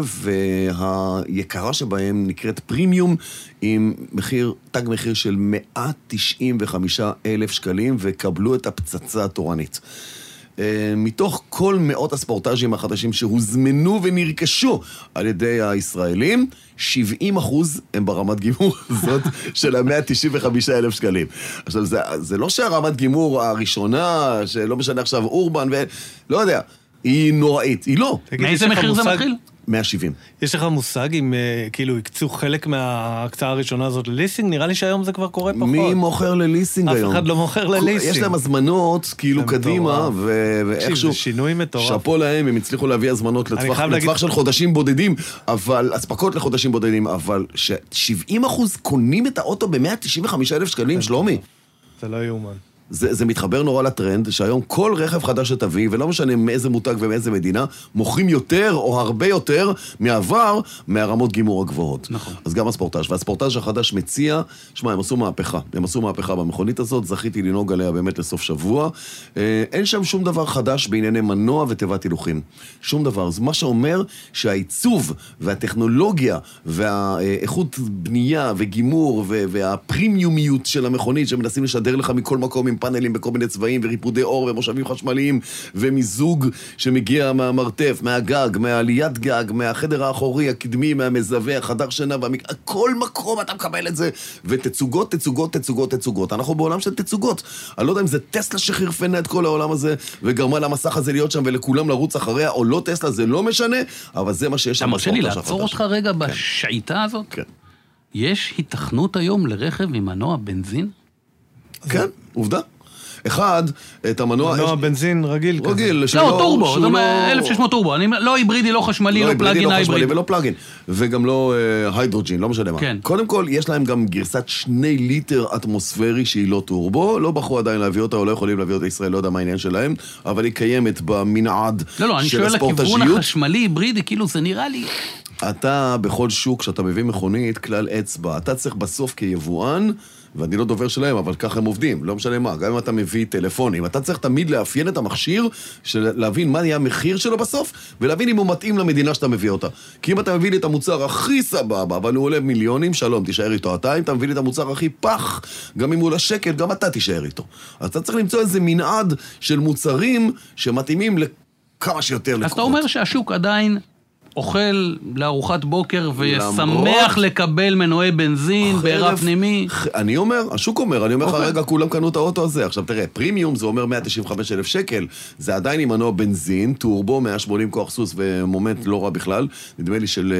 והיקרה שבהם נקראת פרימיום, עם תג מחיר של 195,000 שקלים, וקבלו את הפצצה התורנית. מתוך כל מאות הספורטאז'ים החדשים שהוזמנו ונרכשו על ידי הישראלים, 70% הם ברמת גימור הזאת של ה-195,000 שקלים. עכשיו, זה לא שהרמת גימור הראשונה, שלא משנה עכשיו אורבן, לא יודע, היא נוראית, היא לא. מאיזה מחיר זה מתחיל? 170. יש לך מושג אם כאילו יקצו חלק מההקצאה הראשונה הזאת לליסינג? נראה לי שהיום זה כבר קורה פחות. מי מוכר לליסינג היום? אף אחד לא מוכר לליסינג. יש להם הזמנות כאילו קדימה, ואיכשהו... זה שינוי מטורף. שפו להם, הם הצליחו להביא הזמנות לטווח של חודשים בודדים, אבל, הספקות לחודשים בודדים, אבל ש70% קונים את האוטו ב-195,000 שקלים, שלומי. זה לא יאומן. זה מתחבר נורא לטרנד, שהיום כל רכב חדש שתביא, ולא משנה מאיזה מותג ומאיזה מדינה, מוכרים יותר או הרבה יותר מעבר מהרמות גימור הגבוהות. נכון. אז גם הספורטאז' והספורטאז' החדש מציע, שמע, הם עשו מהפכה במכונית הזאת, זכיתי לנהוג עליה באמת לסוף שבוע, אין שם שום דבר חדש בענייני מנוע ותיבת הילוכים. שום דבר. זה מה שאומר שהעיצוב והטכנולוגיה והאיכות בנייה וגימור והפרימיומיות של המכונית שמנסים לשדר לך מכל מקום עם פאנלים בכל מיני צבעים וריפודי אור ומושבים חשמליים ומיזוג שמגיע מהמרתף, מהגג, מהעליית גג, מהחדר האחורי, הקדמי, מהמזווה, החדר שינה, כל מקום אתה מקבל את זה, ותצוגות, תצוגות, תצוגות, תצוגות. אנחנו בעולם של תצוגות. אני לא יודע אם זה טסלה שחרפנה את כל העולם הזה וגרמה למסך הזה להיות שם ולכולם לרוץ אחריה, או לא טסלה, זה לא משנה, אבל זה מה שיש שם. אתה מרשה לי לעצור אותך רגע בשעיתה הזאת? כן. יש התכנות היום לרכב עם מנוע בנזין? כן, עובדה. אחד, את המנוע... מנוע בנזין רגיל כזה. רגיל. לא, טורבו, 1600 טורבו. לא היברידי, לא חשמלי, לא פלאגין הייבריד. ולא פלאגין, וגם לא היידרוג'ין, לא משנה מה. קודם כל, יש להם גם גרסת 2 ליטר אטמוספרי שהיא לא טורבו, לא בחרו עדיין להביא אותה, או לא יכולים להביא אותה ישראל, לא יודע מה העניין שלהם, אבל היא קיימת במנעד של הספורטאז'יות. לא, אני שואל לכיוון החשמלי, היברידי, כאילו זה נראה לי... אתה בכל שוק, כשאתה מביא מכונית, כלל אצבע, אתה צריך בסוף כיבואן, ואני לא דובר שלהם, אבל ככה הם עובדים, לא משנה מה, גם אם אתה מביא טלפונים, אתה צריך תמיד לאפיין את המכשיר, להבין מה יהיה המחיר שלו בסוף, ולהבין אם הוא מתאים למדינה שאתה מביא אותה. כי אם אתה מביא לי את המוצר הכי סבבה, אבל הוא עולה מיליונים, שלום, תישאר איתו. אם אתה מביא לי את המוצר הכי פח, גם אם הוא עולה שקל, גם אתה תישאר איתו. אז אתה צריך למצוא איזה מנעד של מוצרים שמתאימים לכמה שיותר לקוחות. אז אתה אומר שהשוק עדיין אוכל לארוחת בוקר ושמח לקבל מנועי בנזין בעירה פנימי. אני אומר, השוק אומר, אני אומר לך רגע, כולם קנו את האוטו הזה. עכשיו תראה, פרימיום זה אומר 195,000 שקל, זה עדיין עם מנוע בנזין, טורבו 180 כוח סוס ומומנט לא רע בכלל, נדמה לי של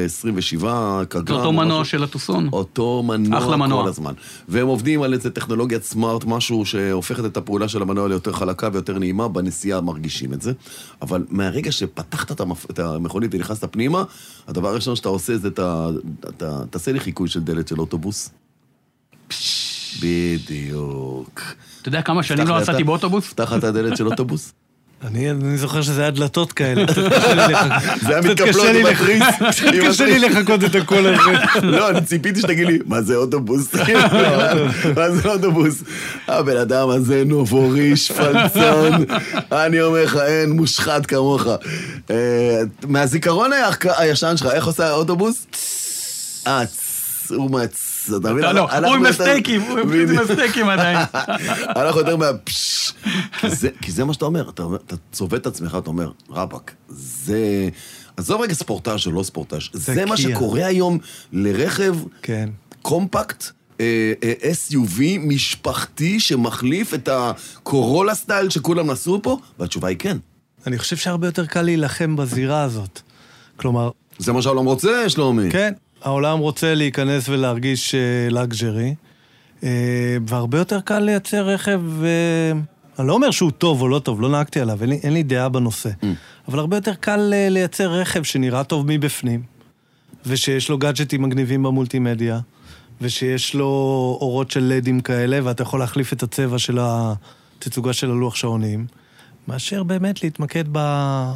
27 קגרם. אותו מנוע של הטוסון. אותו מנוע כל הזמן. והם עובדים על איזה טכנולוגיית סמארט, משהו שהופכת את הפעולה של המנוע ליותר חלקה ויותר נעימה, בנסיעה מרגישים את זה. אבל מהרגע שפתחת את המכונית ונכנסת פנימה, הדבר הראשון שאתה עושה זה תעשה לי חיקוי של דלת של אוטובוס. בדיוק. אתה יודע כמה שנים לא נסעתי באוטובוס? פתח את הדלת של אוטובוס. אני זוכר שזה היה דלתות כאלה. זה היה מתקפלות עם התריס. קשה לי לחכות את הכל הזה. לא, אני ציפיתי שתגיד לי, מה זה אוטובוס? מה זה אוטובוס? הבן אדם הזה נובוריש, פלצון. אני אומר לך, אין מושחת כמוך. מהזיכרון הישן שלך, איך עושה האוטובוס? הוא מעץ. הוא עם הסטייקים, הוא עם הסטייקים עדיין. אנחנו יותר מהפש. כי זה מה שאתה אומר, אתה צובט את עצמך, אתה אומר, רבק, זה... עזוב רגע ספורטאז' או לא ספורטאז', זה מה שקורה היום לרכב קומפקט, SUV משפחתי שמחליף את הקורולה סטייל שכולם נסעו פה, והתשובה היא כן. אני חושב שהרבה יותר קל להילחם בזירה הזאת. כלומר... זה מה שהעולם רוצה, שלומי. כן. העולם רוצה להיכנס ולהרגיש לגז'רי, והרבה יותר קל לייצר רכב, אני לא אומר שהוא טוב או לא טוב, לא נהגתי עליו, אין לי דעה בנושא, אבל הרבה יותר קל לייצר רכב שנראה טוב מבפנים, ושיש לו גאדג'טים מגניבים במולטימדיה, ושיש לו אורות של לדים כאלה, ואתה יכול להחליף את הצבע של התצוגה של הלוח שעונים, מאשר באמת להתמקד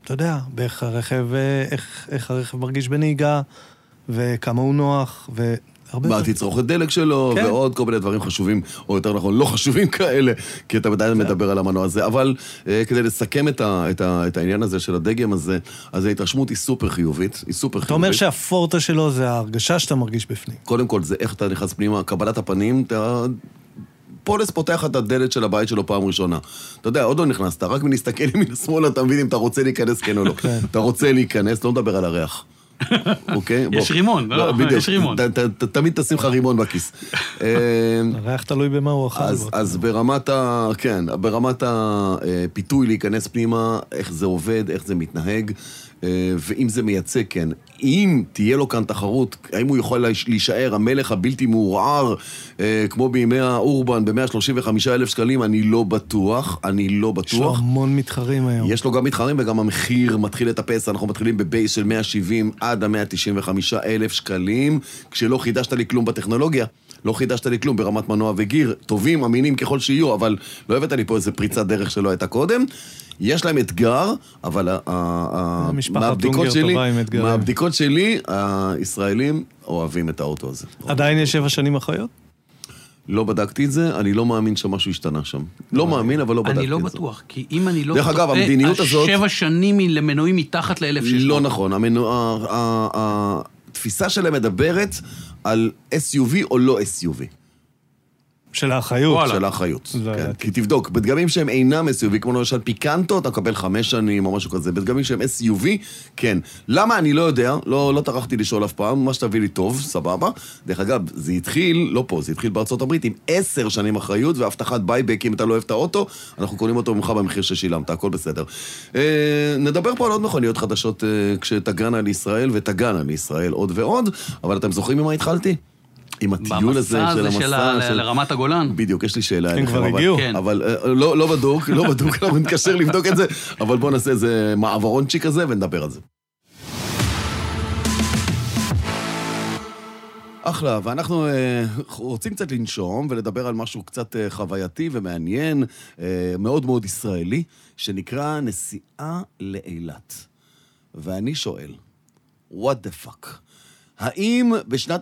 אתה יודע, באיך הרכב, איך הרכב מרגיש בנהיגה, וכמה הוא נוח, מה תצרוך את דלק שלו, ועוד כל מיני דברים חשובים, או יותר נכון, לא חשובים כאלה, כי אתה עדיין מדבר על המנוע הזה. אבל כדי לסכם את העניין הזה של הדגם הזה, אז ההתרשמות היא סופר חיובית, אתה אומר שהפורטה שלו זה ההרגשה שאתה מרגיש בפנים. קודם כל, זה איך אתה נכנס פנימה, קבלת הפנים, פולס פותח את הדלת של הבית שלו פעם ראשונה. אתה יודע, עוד לא נכנסת, רק מנסתכל ימין שמאלה, אתה מבין אם אתה רוצה להיכנס כן או לא. אתה רוצה להיכנס, לא מדבר על הריח. אוקיי? יש רימון, יש רימון. תמיד תשים לך רימון בכיס. הריח תלוי במה הוא אכל. אז ברמת הפיתוי להיכנס פנימה, איך זה עובד, איך זה מתנהג, ואם זה מייצא, כן. אם תהיה לו כאן תחרות, האם הוא יכול להישאר המלך הבלתי מעורער, כמו בימי האורבן, ב-135,000 שקלים, אני לא בטוח. יש לו המון מתחרים היום. יש לו גם מתחרים, וגם המחיר מתחיל לטפס, אנחנו מתחילים בבייס של 170 עד ה-195,000 שקלים, כשלא חידשת לי כלום בטכנולוגיה. לא חידשת לי כלום ברמת מנוע וגיר, טובים, אמינים ככל שיהיו, אבל לא הבאת לי פה איזה פריצת דרך שלא הייתה קודם. יש להם אתגר, אבל מהבדיקות שלי, הישראלים אוהבים את האוטו הזה. עדיין יש 7 שנים אחריות? לא בדקתי את זה, אני לא מאמין שמשהו השתנה שם. לא מאמין, אבל לא בדקתי את זה. אני לא בטוח, כי אם אני לא דרך אגב, המדיניות הזאת... 7 שנים למנועים מתחת ל-1,600. לא נכון, התפיסה שלהם מדברת על SUV או לא SUV. של האחריות. של האחריות, כן. כי תבדוק, בדגמים שהם אינם SUV, כמו למשל פיקנטו, אתה מקבל 5 שנים או משהו כזה, בדגמים שהם SUV, כן. למה? אני לא יודע, לא טרחתי לשאול אף פעם, מה שתביא לי טוב, סבבה. דרך אגב, זה התחיל, לא פה, זה התחיל בארצות הברית עם 10 שנים אחריות, והבטחת בייבק, אם אתה לא אוהב את האוטו, אנחנו קונים אותו ממך במחיר ששילמת, הכל בסדר. נדבר פה על עוד מכוניות חדשות, כשתגענה לישראל, ותגענה לישראל עוד ועוד, אבל אתם זוכרים ממה התחלתי? עם הטיול הזה של המסע לרמת הגולן. בדיוק, יש לי שאלה. הם כבר הגיעו. אבל לא בדוק, אנחנו נתקשר לבדוק את זה, אבל בואו נעשה איזה מעברונצ'יק כזה ונדבר על זה. אחלה, ואנחנו רוצים קצת לנשום ולדבר על משהו קצת חווייתי ומעניין, מאוד מאוד ישראלי, שנקרא נסיעה לאילת. ואני שואל, what the fuck? האם בשנת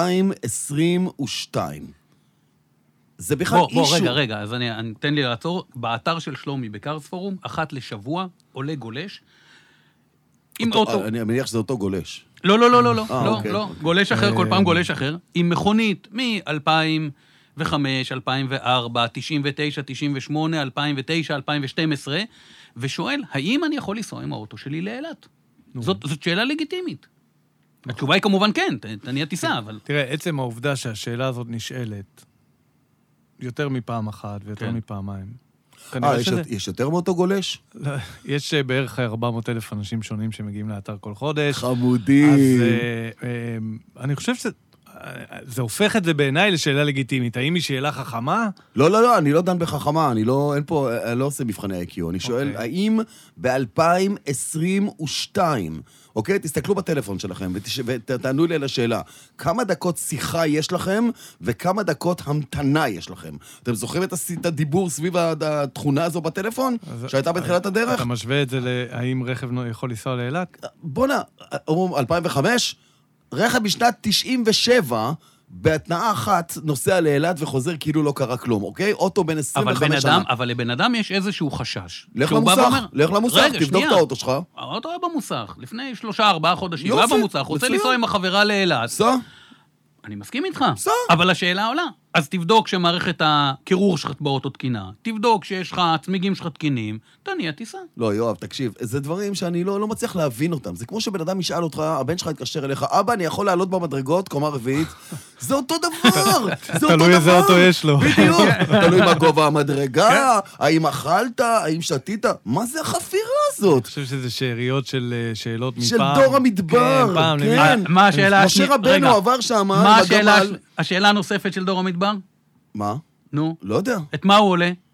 2022 זה בכלל אישו? רגע, אז תן לי לעצור. באתר של שלומי בקארס פורום, אחת לשבוע עולה גולש עם אוטו. אני מניח שזה אותו גולש. לא. גולש אחר, כל פעם גולש אחר, עם מכונית מ-2005, 2004, 99, 98, 2009, 2012, ושואל, האם אני יכול לנסוע עם האוטו שלי לאילת? זאת שאלה לגיטימית. התשובה היא כמובן כן, תניע טיסה, אבל... תראה, עצם העובדה שהשאלה הזאת נשאלת יותר מפעם אחת ויותר מפעמיים. יש יותר מאותו גולש? יש בערך 400,000 אנשים שונים שמגיעים לאתר כל חודש. חמודים. אז אני חושב זה הופך את זה בעיניי לשאלה לגיטימית. האם היא שאלה חכמה? לא, אני לא דן בחכמה, אני לא עושה מבחני IQ. אני שואל, האם ב-2022, אוקיי? תסתכלו בטלפון שלכם ותענו לי על השאלה, כמה דקות שיחה יש לכם וכמה דקות המתנה יש לכם? אתם זוכרים את הדיבור סביב התכונה הזו בטלפון שהייתה בתחילת הדרך? אתה משווה את זה להאם רכב יכול לנסוע לאילת? בוא'נה, 2005? רכב בשנת 97, בהתנאה אחת, נוסע לאילת וחוזר כאילו לא קרה כלום, אוקיי? אוטו בין 25 שנה. אבל לבן אדם יש איזשהו חשש. לך למוסך, תבדוק את האוטו שלך. האוטו היה במוסך, לפני 3-4 חודשים, הוא היה במוסך, רוצה לנסוע עם החברה לאילת. אני מסכים איתך, אבל השאלה עולה. אז תבדוק שמערכת הקירור שלך באוטו תקינה, תבדוק שיש לך צמיגים שלך תקינים, תניע טיסה. לא, יואב, תקשיב, זה דברים שאני לא מצליח להבין אותם. זה כמו שבן אדם ישאל אותך, הבן שלך יתקשר אליך, אבא, אני יכול לעלות במדרגות, קומה רביעית? זה אותו דבר! תלוי איזה אוטו יש לו. בדיוק. תלוי מה גובה המדרגה, האם אכלת, האם שתית, מה זה החפירה הזאת? אני חושב שזה שאריות של שאלות מפעם. של דור המדבר, כן. מה השאלה? משה רבנו עבר שם, השאלה הנוספת של דור המדבר? מה? נו. לא יודע. את מה הוא עולה?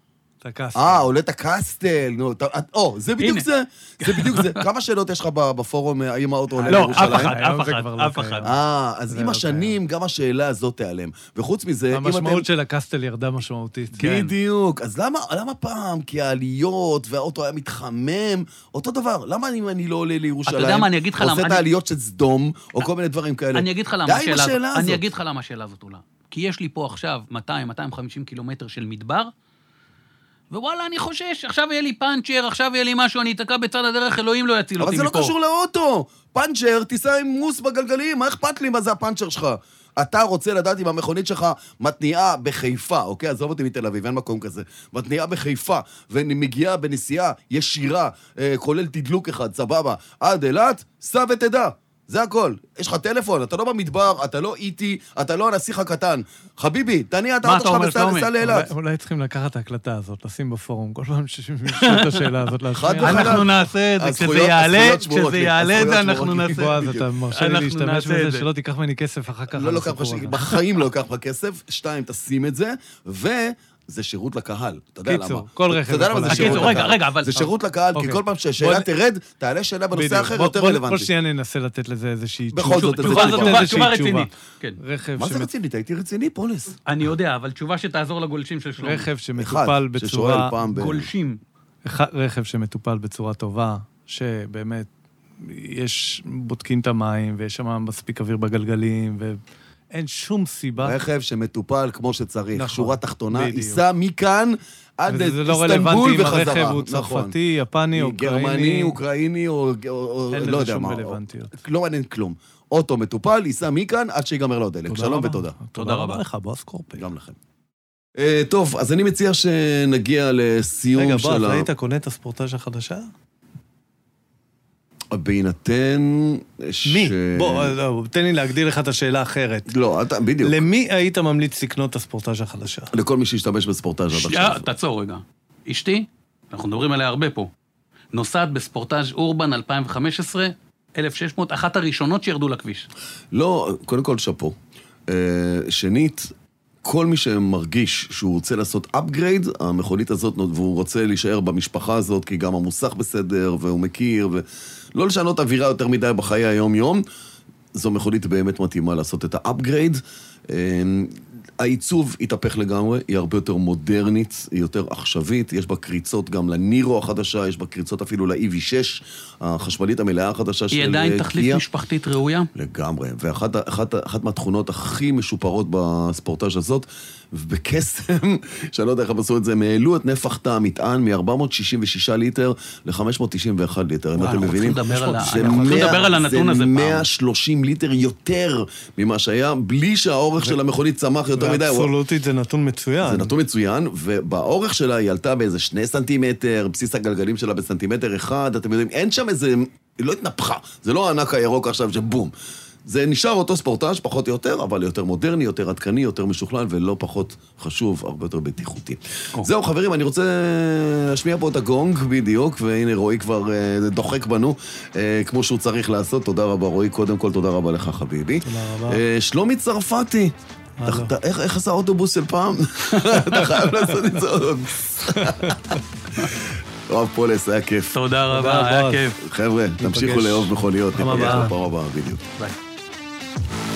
את הקסטל. עולה את הקסטל, נו, זה בדיוק זה. זה בדיוק זה. כמה שאלות יש לך בפורום, האם האוטו עולה לירושלים? לא, אף אחד. אז עם השנים, גם השאלה הזאת תיעלם. וחוץ מזה, המשמעות של הקסטל ירדה משמעותית. בדיוק. אז למה פעם? כי העליות והאוטו היה מתחמם, אותו דבר. למה אם אני לא עולה לירושלים? אתה יודע מה, אני אגיד לך למה. עושה את העליות של סדום, או כל מיני דברים כאלה. אני אגיד לך למה השאלה הזאת עולה. כי יש לי פה עכשיו 200-250 קילומטר של מדבר, ווואלה, אני חושש, עכשיו יהיה לי פאנצ'ר, עכשיו יהיה לי משהו, אני אתקע בצד הדרך, אלוהים לא יציל אותי מפה. אבל זה לא קשור לאוטו. פאנצ'ר, תיסע עם מוס בגלגלים, מה אכפת לי מה זה הפאנצ'ר שלך? אתה רוצה לדעת אם המכונית שלך מתניעה בחיפה, אוקיי? עזוב אותי מתל אביב, אין מקום כזה. מתניעה בחיפה, ומגיעה בנסיעה ישירה, כולל תדלוק אחד, סבבה, עד אילת, סע ותדע. זה הכל. יש לך טלפון, אתה לא במדבר, אתה לא איטי, אתה לא הנסיך הקטן. חביבי, תניע את האוטו שלך וסע לאילת. אולי צריכים לקחת את ההקלטה הזאת, לשים בפורום, כל פעם ששאל את השאלה הזאת. אנחנו נעשה את זה, כשזה יעלה את זה, אנחנו נעשה את זה. בועז, אתה מרשה לי להשתמש בזה, שלא תיקח ממני כסף אחר כך. לא לוקח בחיים לא לוקח בכסף, 2, תשים את זה, זה שירות לקהל. אתה יודע למה? קיצור, כל רכב. אתה יודע למה זה שירות לקהל? רגע, אבל... זה שירות לקהל, כי כל פעם שהשאלה תרד, תעלה שאלה בנושא אחר יותר רלוונטי. כל שנייה ננסה לתת לזה איזושהי בכל זאת, תשובה רצינית. מה זה רצינית? הייתי רציני, פולס. אני יודע, אבל תשובה שתעזור לגולשים של שלום. רכב שמטופל בצורה... גולשים. רכב שמטופל בצורה טובה, שבאמת בודקים את המים, ויש שם מספיק אוויר בגלגלים, אין שום סיבה. רכב שמטופל כמו שצריך, שורה תחתונה, ייסע מכאן עד איסטנבול וחזרה. זה לא רלוונטי אם הרכב הוא צרפתי, יפני, גרמני, אוקראיני, או לא יודע מה. לא מעניין כלום. אוטו מטופל, ייסע מכאן עד שיגמר לו דלק. שלום ותודה. תודה רבה לך, בועז קורפל. גם לכם. טוב, אז אני מציע שנגיע לסיום של... רגע, בועז, היית קונה את הספורטאז' החדשה? בהינתן מי? בוא, תן לי להגדיר לך את השאלה האחרת. לא, אתה, בדיוק. למי היית ממליץ לקנות את הספורטאז' החדשה? לכל מי שישתמש בספורטאז' עד עכשיו. תעצור רגע. אשתי, אנחנו מדברים עליה הרבה פה, נוסעת בספורטאז' אורבן 2015, 1600, אחת הראשונות שירדו לכביש. לא, קודם כל שפו. שנית, כל מי שמרגיש שהוא רוצה לעשות upgrade, המכונית הזאת, והוא רוצה להישאר במשפחה הזאת, כי גם המוסך בסדר, והוא מכיר, ולא לשנות אווירה יותר מדי בחיי היום-יום, זו מכונית באמת מתאימה לעשות את ה-upgrade. העיצוב התהפך לגמרי, היא הרבה יותר מודרנית, היא יותר עכשווית, יש בה קריצות גם לנירו החדשה, יש בה קריצות אפילו ל-EV6, החשמלית המלאה החדשה של קיה. היא עדיין תחליף משפחתית ראויה? לגמרי, ואחת מהתכונות הכי משופרות בספורטאז' הזאת, ובקסם, שאני לא יודע איך הם עשו את זה, הם העלו את נפח תא המטען מ-466 ליטר ל-591 ליטר, אם אתם מבינים? אנחנו נדבר על הנתון הזה פעם. זה 130 ליטר יותר ממה שהיה, בלי שהאורך של המכונית צמח יותר מדי. אבסולוטית זה נתון מצוין. זה נתון מצוין, ובאורך שלה היא עלתה באיזה 2 סנטימטר, בסיס הגלגלים שלה בסנטימטר 1, אתם יודעים, אין שם איזה, היא לא התנפחה, זה לא הענק הירוק עכשיו שבום. זה נשאר אותו ספורטאז' פחות או יותר, אבל יותר מודרני, יותר עדכני, יותר משוכלל, ולא פחות חשוב, הרבה יותר בטיחותי. זהו חברים, אני רוצה להשמיע פה את הגונג בדיוק, והנה רועי כבר דוחק בנו, כמו שהוא צריך לעשות. תודה רבה רועי, קודם כל תודה רבה לך חביבי. תודה רבה. שלומי צרפתי, איך עשה אוטובוס של פעם? אתה חייב לעשות את זה אוטובוס. רב פולס, היה כיף. תודה רבה, היה כיף. חבר'ה, תמשיכו לאהוב מכוניות. פעם הבאה. בדיוק. ביי.